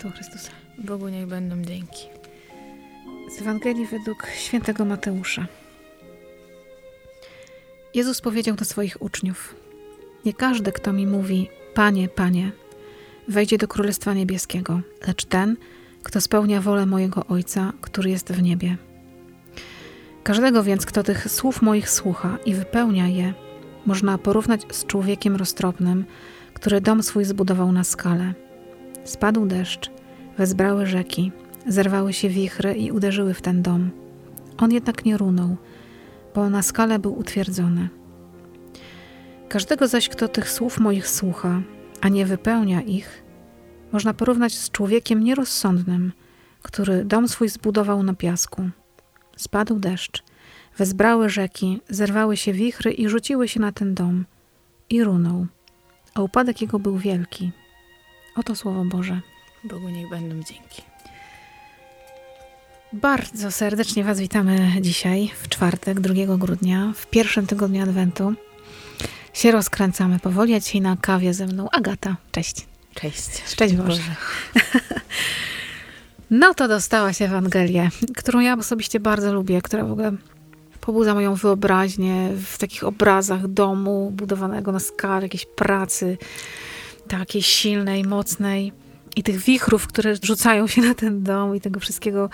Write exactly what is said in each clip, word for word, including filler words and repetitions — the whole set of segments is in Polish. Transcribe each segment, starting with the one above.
światło Chrystusa. Bogu niech będą dzięki. Z Ewangelii według świętego Mateusza. Jezus powiedział do swoich uczniów: nie każdy, kto mi mówi Panie, Panie, wejdzie do Królestwa Niebieskiego, lecz ten, kto spełnia wolę mojego Ojca, który jest w niebie. Każdego więc, kto tych słów moich słucha i wypełnia je, można porównać z człowiekiem roztropnym, który dom swój zbudował na skale. Spadł deszcz, wezbrały rzeki, zerwały się wichry i uderzyły w ten dom. On jednak nie runął, bo na skale był utwierdzony. Każdego zaś, kto tych słów moich słucha, a nie wypełnia ich, można porównać z człowiekiem nierozsądnym, który dom swój zbudował na piasku. Spadł deszcz, wezbrały rzeki, zerwały się wichry i rzuciły się na ten dom. I runął, a upadek jego był wielki. Oto Słowo Boże. Bogu niech będą dzięki. Bardzo serdecznie Was witamy dzisiaj, w czwartek, drugiego grudnia, w pierwszym tygodniu Adwentu. Się rozkręcamy powoli, a dzisiaj na kawie ze mną Agata. Cześć. Cześć. Cześć Boże. No to dostałaś Ewangelię, którą ja osobiście bardzo lubię, która w ogóle pobudza moją wyobraźnię w takich obrazach domu budowanego na skalę, jakiejś pracy takiej silnej, mocnej i tych wichrów, które rzucają się na ten dom i tego wszystkiego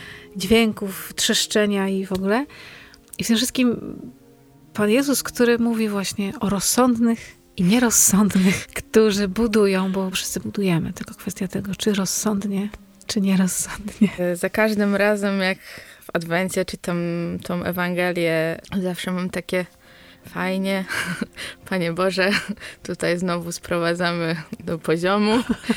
dźwięków, trzeszczenia i w ogóle. I w tym wszystkim Pan Jezus, który mówi właśnie o rozsądnych i nierozsądnych, którzy budują, bo wszyscy budujemy, tylko kwestia tego, czy rozsądnie, czy nierozsądnie. Za każdym razem, jak w Adwencie czytam tą Ewangelię, zawsze mam takie fajnie, Panie Boże, tutaj znowu sprowadzamy do poziomu.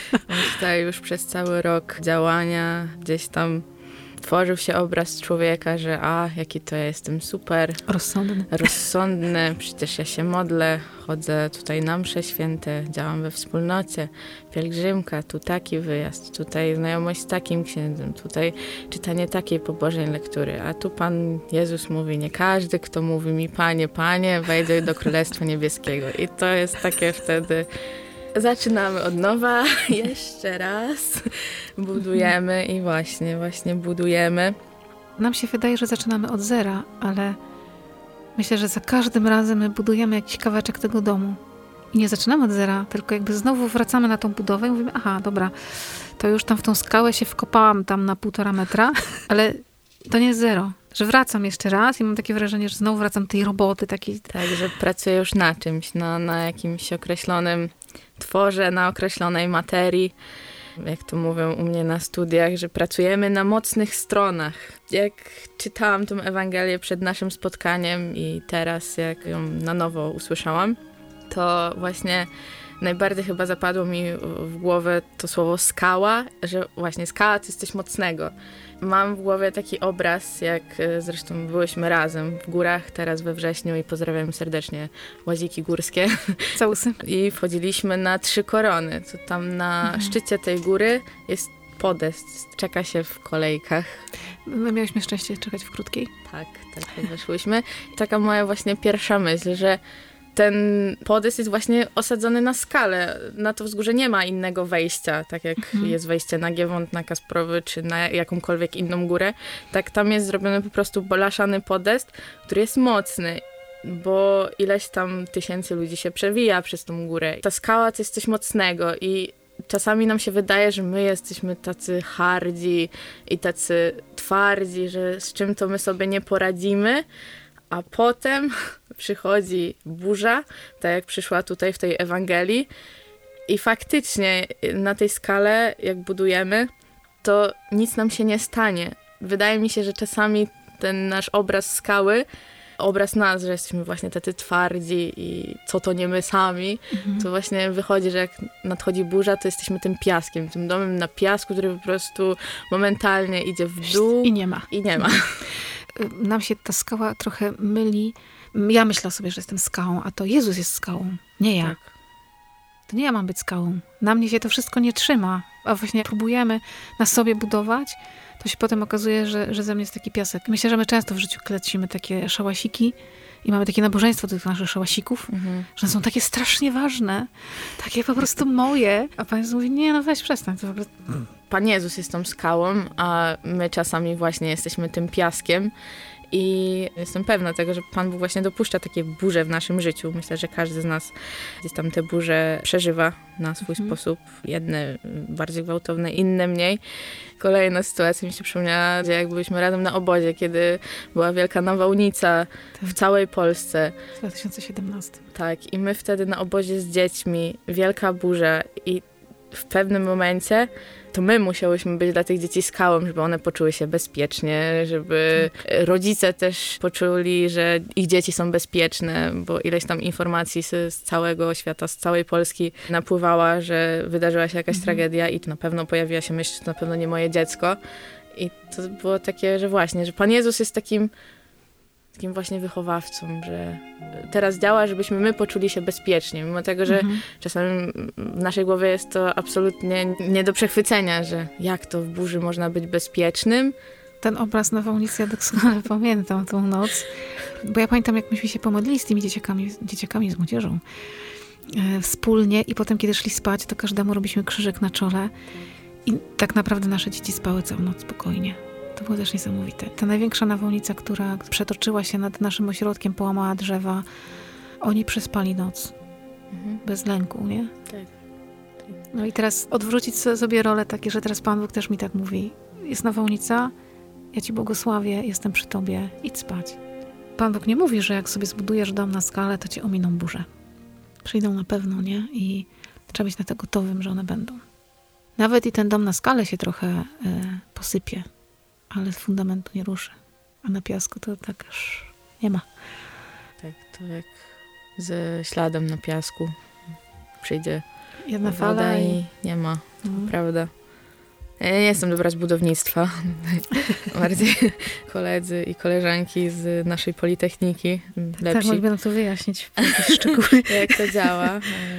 Tutaj już przez cały rok działania gdzieś tam tworzył się obraz człowieka, że a, jaki to ja jestem super. Rozsądny. Rozsądny, przecież ja się modlę, chodzę tutaj na msze święte, działam we wspólnocie, pielgrzymka, tu taki wyjazd, tutaj znajomość z takim księdzem, tutaj czytanie takiej pobożnej lektury, a tu Pan Jezus mówi, nie każdy, kto mówi mi Panie, Panie, wejdzie do Królestwa Niebieskiego. I to jest takie wtedy... Zaczynamy od nowa, jeszcze raz, budujemy i właśnie, właśnie budujemy. Nam się wydaje, że zaczynamy od zera, ale myślę, że za każdym razem my budujemy jakiś kawałeczek tego domu. I nie zaczynamy od zera, tylko jakby znowu wracamy na tą budowę i mówimy, aha, dobra, to już tam w tą skałę się wkopałam tam na półtora metra, ale to nie jest zero. Że wracam jeszcze raz i mam takie wrażenie, że znowu wracam do tej roboty takiej. Tak, że pracuję już na czymś, na, na jakimś określonym tworze, na określonej materii. Jak to mówią u mnie na studiach, że pracujemy na mocnych stronach. Jak czytałam tę Ewangelię przed naszym spotkaniem i teraz jak ją na nowo usłyszałam, to właśnie najbardziej chyba zapadło mi w głowę to słowo skała, że właśnie skała to jest coś mocnego. Mam w głowie taki obraz, jak zresztą byłyśmy razem w górach teraz we wrześniu i pozdrawiam serdecznie Łaziki Górskie. Całusy. I wchodziliśmy na Trzy Korony. To tam na mhm. szczycie tej góry jest podest, czeka się w kolejkach. My miałyśmy szczęście czekać w krótkiej. Tak, tak, weszłyśmy. Taka moja właśnie pierwsza myśl, że ten podest jest właśnie osadzony na skale. Na to wzgórze nie ma innego wejścia, tak jak mhm. jest wejście na Giewont, na Kasprowy, czy na jakąkolwiek inną górę. Tak tam jest zrobiony po prostu blaszany podest, który jest mocny, bo ileś tam tysięcy ludzi się przewija przez tą górę. Ta skała to jest coś mocnego i czasami nam się wydaje, że my jesteśmy tacy hardzi i tacy twardzi, że z czym to my sobie nie poradzimy, a potem przychodzi burza, tak jak przyszła tutaj w tej Ewangelii i faktycznie na tej skale, jak budujemy, to nic nam się nie stanie. Wydaje mi się, że czasami ten nasz obraz skały, obraz nas, że jesteśmy właśnie tacy twardzi i co to nie my sami, mhm. to właśnie wychodzi, że jak nadchodzi burza, to jesteśmy tym piaskiem, tym domem na piasku, który po prostu momentalnie idzie w dół. I nie ma. I nie ma. Nam się ta skała trochę myli. Ja myślę sobie, że jestem skałą, a to Jezus jest skałą, nie ja. Tak. To nie ja mam być skałą. Na mnie się to wszystko nie trzyma, a właśnie próbujemy na sobie budować, to się potem okazuje, że, że ze mnie jest taki piasek. Myślę, że my często w życiu klecimy takie szałasiki I mamy takie nabożeństwo tych naszych szałasików, mhm. że są takie strasznie ważne, takie po prostu moje. A Pan Jezus mówi, nie, no weź przestań. To w ogóle... Pan Jezus jest tą skałą, a my czasami właśnie jesteśmy tym piaskiem. I jestem pewna tego, że Pan Bóg właśnie dopuszcza takie burze w naszym życiu. Myślę, że każdy z nas gdzieś tam te burze przeżywa na swój mhm. sposób. Jedne bardziej gwałtowne, inne mniej. Kolejna sytuacja mi się przypomniała, że jak byliśmy razem na obozie, kiedy była wielka nawałnica tak. w całej Polsce. W dwa tysiące siedemnastym. Tak. I my wtedy na obozie z dziećmi, wielka burza i w pewnym momencie to my musiałyśmy być dla tych dzieci skałą, żeby one poczuły się bezpiecznie, żeby tak. rodzice też poczuli, że ich dzieci są bezpieczne, bo ileś tam informacji z, z całego świata, z całej Polski napływała, że wydarzyła się jakaś mhm. tragedia i to na pewno pojawiła się myśl, że to na pewno nie moje dziecko. I to było takie, że właśnie, że Pan Jezus jest takim takim właśnie wychowawcą, że teraz działa, żebyśmy my poczuli się bezpiecznie, mimo tego, że mhm. czasami w naszej głowie jest to absolutnie nie do przechwycenia, że jak to w burzy można być bezpiecznym. Ten obraz nawałnicy ja doskonale pamiętam tą noc, bo ja pamiętam, jak myśmy się pomodlili z tymi dzieciakami, dzieciakami z młodzieżą e, wspólnie i potem, kiedy szli spać, to każdemu robiliśmy krzyżyk na czole i tak naprawdę nasze dzieci spały całą noc spokojnie. To było też niesamowite. Ta największa nawałnica, która przetoczyła się nad naszym ośrodkiem, połamała drzewa. Oni przespali noc. Mhm. Bez lęku, nie? Tak. tak. No i teraz odwrócić sobie rolę takie, że teraz Pan Bóg też mi tak mówi. Jest nawałnica, ja Ci błogosławię, jestem przy Tobie, idź spać. Pan Bóg nie mówi, że jak sobie zbudujesz dom na skalę, to Cię ominą burze. Przyjdą na pewno, nie? I trzeba być na to gotowym, że one będą. Nawet i ten dom na skalę się trochę y, posypie. Ale z fundamentu nie ruszy. A na piasku to tak aż nie ma. Tak, to jak ze śladem na piasku przyjdzie jedna fala i... i nie ma. Mhm. Prawda. Ja nie jestem dobra z budownictwa. Bardziej koledzy i koleżanki z naszej Politechniki. Tak, tak mogę to wyjaśnić w szczegóły. Jak to działa.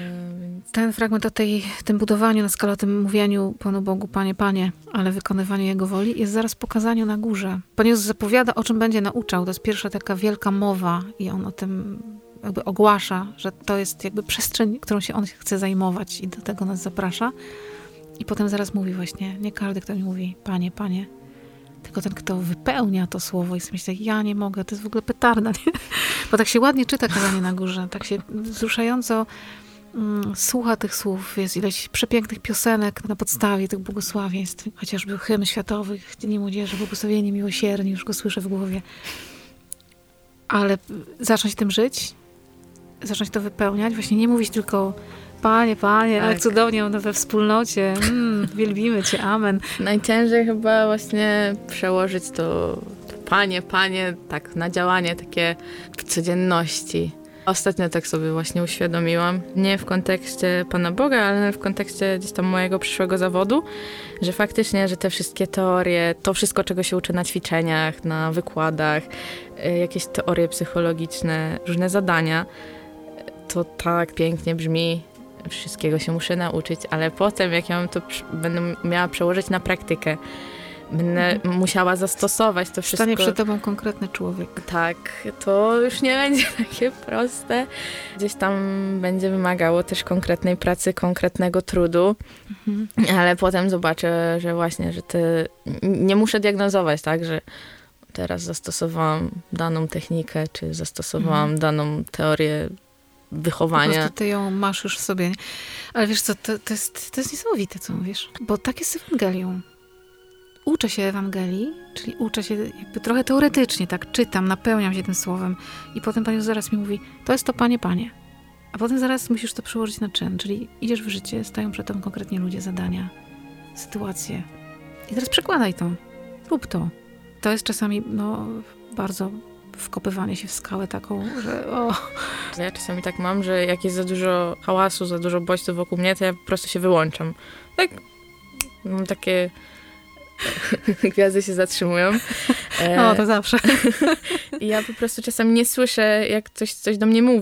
Ten fragment o tej, tym budowaniu na skalę, o tym mówieniu Panu Bogu, Panie, Panie, ale wykonywaniu Jego woli, jest zaraz pokazaniu na górze. Pan Jezus zapowiada, o czym będzie nauczał. To jest pierwsza taka wielka mowa i On o tym jakby ogłasza, że to jest jakby przestrzeń, którą się On chce zajmować i do tego nas zaprasza. I potem zaraz mówi właśnie, nie każdy, kto mi mówi, Panie, Panie, tylko ten, kto wypełnia to słowo i sobie myśli, ja nie mogę, to jest w ogóle petarda, nie? Bo tak się ładnie czyta kazanie na górze, tak się wzruszająco mm, słucha tych słów, jest ileś przepięknych piosenek na podstawie tych błogosławieństw, chociażby hymn światowych Dni Młodzieży, błogosławieni miłosierni, już go słyszę w głowie. Ale zacząć tym żyć, zacząć to wypełniać, właśnie nie mówić tylko Panie, Panie, tak. Jak cudownie one we wspólnocie, mm, wielbimy Cię, amen. Najciężej chyba właśnie przełożyć to, to Panie, Panie, tak na działanie takie w codzienności. Ostatnio tak sobie właśnie uświadomiłam, nie w kontekście Pana Boga, ale w kontekście gdzieś tam mojego przyszłego zawodu, że faktycznie, że te wszystkie teorie, to wszystko, czego się uczę na ćwiczeniach, na wykładach, jakieś teorie psychologiczne, różne zadania, to tak pięknie brzmi, wszystkiego się muszę nauczyć, ale potem jak ja mam to, będę miała przełożyć na praktykę, będę mhm. musiała zastosować to wszystko. Stanie przed tobą konkretny człowiek. Tak, to już nie będzie takie proste. Gdzieś tam będzie wymagało też konkretnej pracy, konkretnego trudu, mhm. ale potem zobaczę, że właśnie, że ty, nie muszę diagnozować, tak, że teraz zastosowałam daną technikę, czy zastosowałam mhm. daną teorię wychowania. Po prostu ty ją masz już w sobie. Ale wiesz co, to, to, jest, to jest niesamowite, co mówisz. Bo tak jest z Ewangelią. Uczę się Ewangelii, czyli uczę się jakby trochę teoretycznie, tak czytam, napełniam się tym słowem i potem Pan Jezus zaraz mi mówi, to jest to Panie, Panie. A potem zaraz musisz to przełożyć na czyn, czyli idziesz w życie, stają przed tobą konkretnie ludzie, zadania, sytuacje. I teraz przekładaj to. Rób to. To jest czasami, no, bardzo wkopywanie się w skałę taką, że o. Ja czasami tak mam, że jak jest za dużo hałasu, za dużo bodźców wokół mnie, to ja po prostu się wyłączam. Tak, mam takie... Gwiazdy się zatrzymują. No, to zawsze. I ja po prostu czasami nie słyszę, jak ktoś coś do mnie mówi.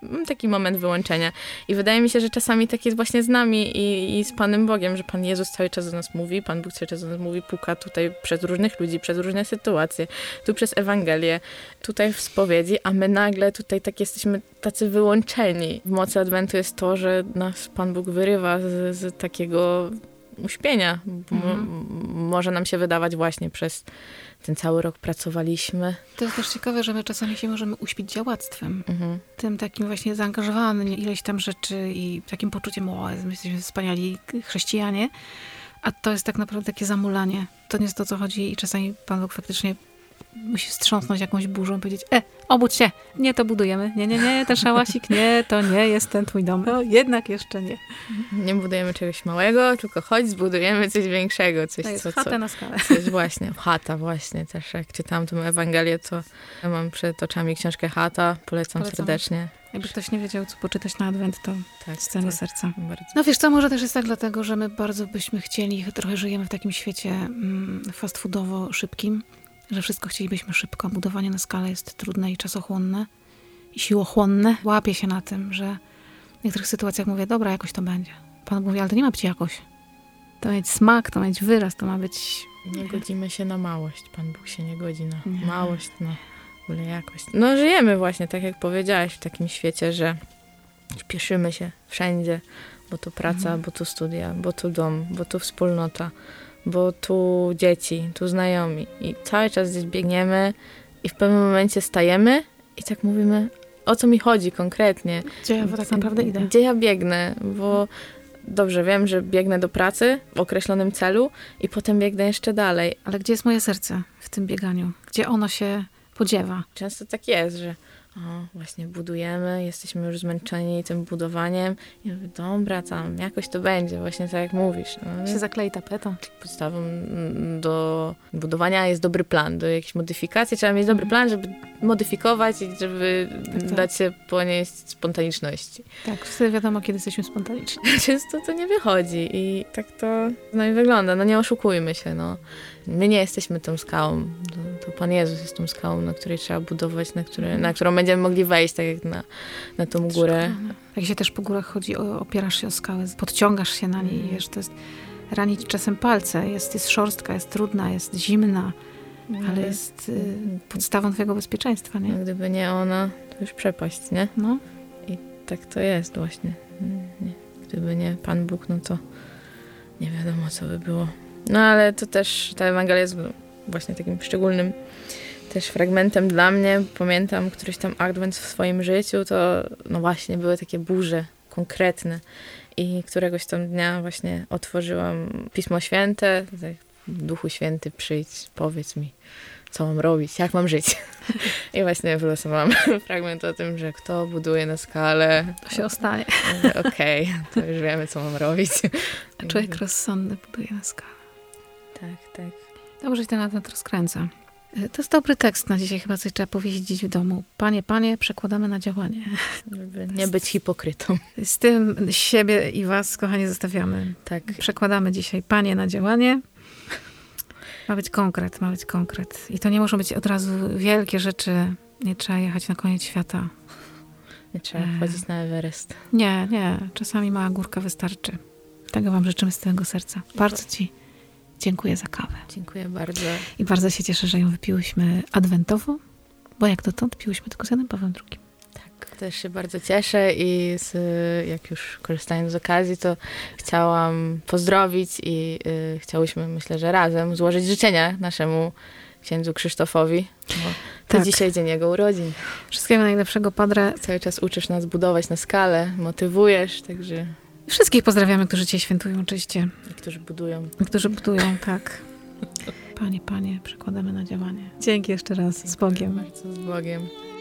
taki moment wyłączenia. I wydaje mi się, że czasami tak jest właśnie z nami i, i z Panem Bogiem, że Pan Jezus cały czas do nas mówi, Pan Bóg cały czas do nas mówi, puka tutaj przez różnych ludzi, przez różne sytuacje, tu przez Ewangelię, tutaj w spowiedzi, a my nagle tutaj tak jesteśmy tacy wyłączeni. W mocy Adwentu jest to, że nas Pan Bóg wyrywa z, z takiego uśpienia. Mhm. Może nam się wydawać właśnie przez ten cały rok pracowaliśmy. To jest też ciekawe, że my czasami się możemy uśpić działactwem. Mhm. Tym takim właśnie zaangażowanym, ileś tam rzeczy i takim poczuciem, o, my jesteśmy wspaniali chrześcijanie. A to jest tak naprawdę takie zamulanie. To nie jest to, o co chodzi i czasami Pan Bóg faktycznie musi wstrząsnąć jakąś burzą, powiedzieć, e, obudź się, nie, to budujemy. Nie, nie, nie, ten szałasik, nie, to nie jest ten twój dom. No, jednak jeszcze nie. Nie budujemy czegoś małego, tylko chodź, zbudujemy coś większego. Coś, to jest co, chatę co, na skalę. Coś właśnie, chata właśnie. Też jak czytałam tę Ewangelię, to ja mam przed oczami książkę Chata, polecam, polecam. serdecznie. Jakby ktoś nie wiedział, co poczytać na Adwent, to tak, z całego serca. Bardzo. No wiesz co, może też jest tak dlatego, że my bardzo byśmy chcieli, trochę żyjemy w takim świecie mm, fast foodowo szybkim, że wszystko chcielibyśmy szybko. Budowanie na skalę jest trudne i czasochłonne i siłochłonne. Łapię się na tym, że w niektórych sytuacjach mówię, dobra, jakoś to będzie. Pan mówi, ale to nie ma być jakoś. To ma być smak, to ma być wyraz, to ma być... Nie godzimy się na małość. Pan Bóg się nie godzi na nie. małość, na w ogóle jakość. No żyjemy właśnie, tak jak powiedziałaś, w takim świecie, że śpieszymy się wszędzie, bo tu praca, mhm. bo tu studia, bo tu dom, bo tu wspólnota, bo tu dzieci, tu znajomi. I cały czas gdzieś biegniemy i w pewnym momencie stajemy i tak mówimy, o co mi chodzi konkretnie. Gdzie ja tak naprawdę idę? Gdzie ja biegnę, bo dobrze wiem, że biegnę do pracy w określonym celu i potem biegnę jeszcze dalej. Ale gdzie jest moje serce w tym bieganiu? Gdzie ono się podziewa? Często tak jest, że o, właśnie budujemy, jesteśmy już zmęczeni tym budowaniem i mówię, dobra, tam jakoś to będzie, właśnie tak jak mówisz. No, się zaklei tapetą. Podstawą do budowania jest dobry plan, do jakiejś modyfikacji trzeba mieć dobry plan, żeby modyfikować i żeby tak, tak. dać się ponieść spontaniczności. Tak, wtedy wiadomo, kiedy jesteśmy spontaniczni. Często to nie wychodzi i tak to z nami wygląda. No nie oszukujmy się, no. My nie jesteśmy tą skałą. To, to Pan Jezus jest tą skałą, na której trzeba budować, na, które, na którą będziemy mogli wejść, tak jak na, na tą górę. Jak się też po górach chodzi, opierasz się o skałę, podciągasz się na niej, mm. wiesz, to jest ranić czasem palce, jest, jest szorstka, jest trudna, jest zimna, mm. ale jest y, podstawą twojego bezpieczeństwa, nie? No, gdyby nie ona, to już przepaść, nie? No. I tak to jest właśnie. Nie. Gdyby nie Pan Bóg, no to nie wiadomo, co by było. No ale to też, ta Ewangelia jest właśnie takim szczególnym też fragmentem dla mnie. Pamiętam któryś tam adwent w swoim życiu, to no właśnie były takie burze konkretne i któregoś tam dnia właśnie otworzyłam Pismo Święte, tak, Duchu Święty przyjdź, powiedz mi, co mam robić, jak mam żyć. I właśnie wylosowałam fragment o tym, że kto buduje na skalę, to się ostanie. Okej, okay, to już wiemy, co mam robić. A człowiek rozsądny buduje na skalę. Tak, tak. Dobrze się ten adwent rozkręca. To jest dobry tekst na dzisiaj, chyba coś trzeba powiedzieć w domu. Panie, panie, przekładamy na działanie. Żeby nie być hipokrytą. Z tym siebie i was, kochani, zostawiamy. Tak. Przekładamy dzisiaj panie na działanie. Ma być konkret, ma być konkret. I to nie muszą być od razu wielkie rzeczy. Nie trzeba jechać na koniec świata. Nie trzeba wchodzić na Everest. Nie, nie. Czasami mała górka wystarczy. Tego wam życzymy z całego serca. Bardzo ci dziękuję za kawę. Dziękuję bardzo. I bardzo się cieszę, że ją wypiłyśmy adwentowo, bo jak dotąd piłyśmy tylko z Janem Pawłem drugim. Tak, też się bardzo cieszę i z, jak już korzystając z okazji, to chciałam pozdrowić i y, chciałyśmy, myślę, że razem złożyć życzenia naszemu księdzu Krzysztofowi, bo to tak. Dzisiaj dzień jego urodzin. Wszystkiego najlepszego, Padre. Cały czas uczysz nas budować na skalę, motywujesz, także... Wszystkich pozdrawiamy, którzy dzisiaj świętują oczywiście. I którzy budują. I którzy budują, tak. Panie, panie, przekładamy na działanie. Dzięki jeszcze raz. Dziękuję z Bogiem. Bardzo z Bogiem.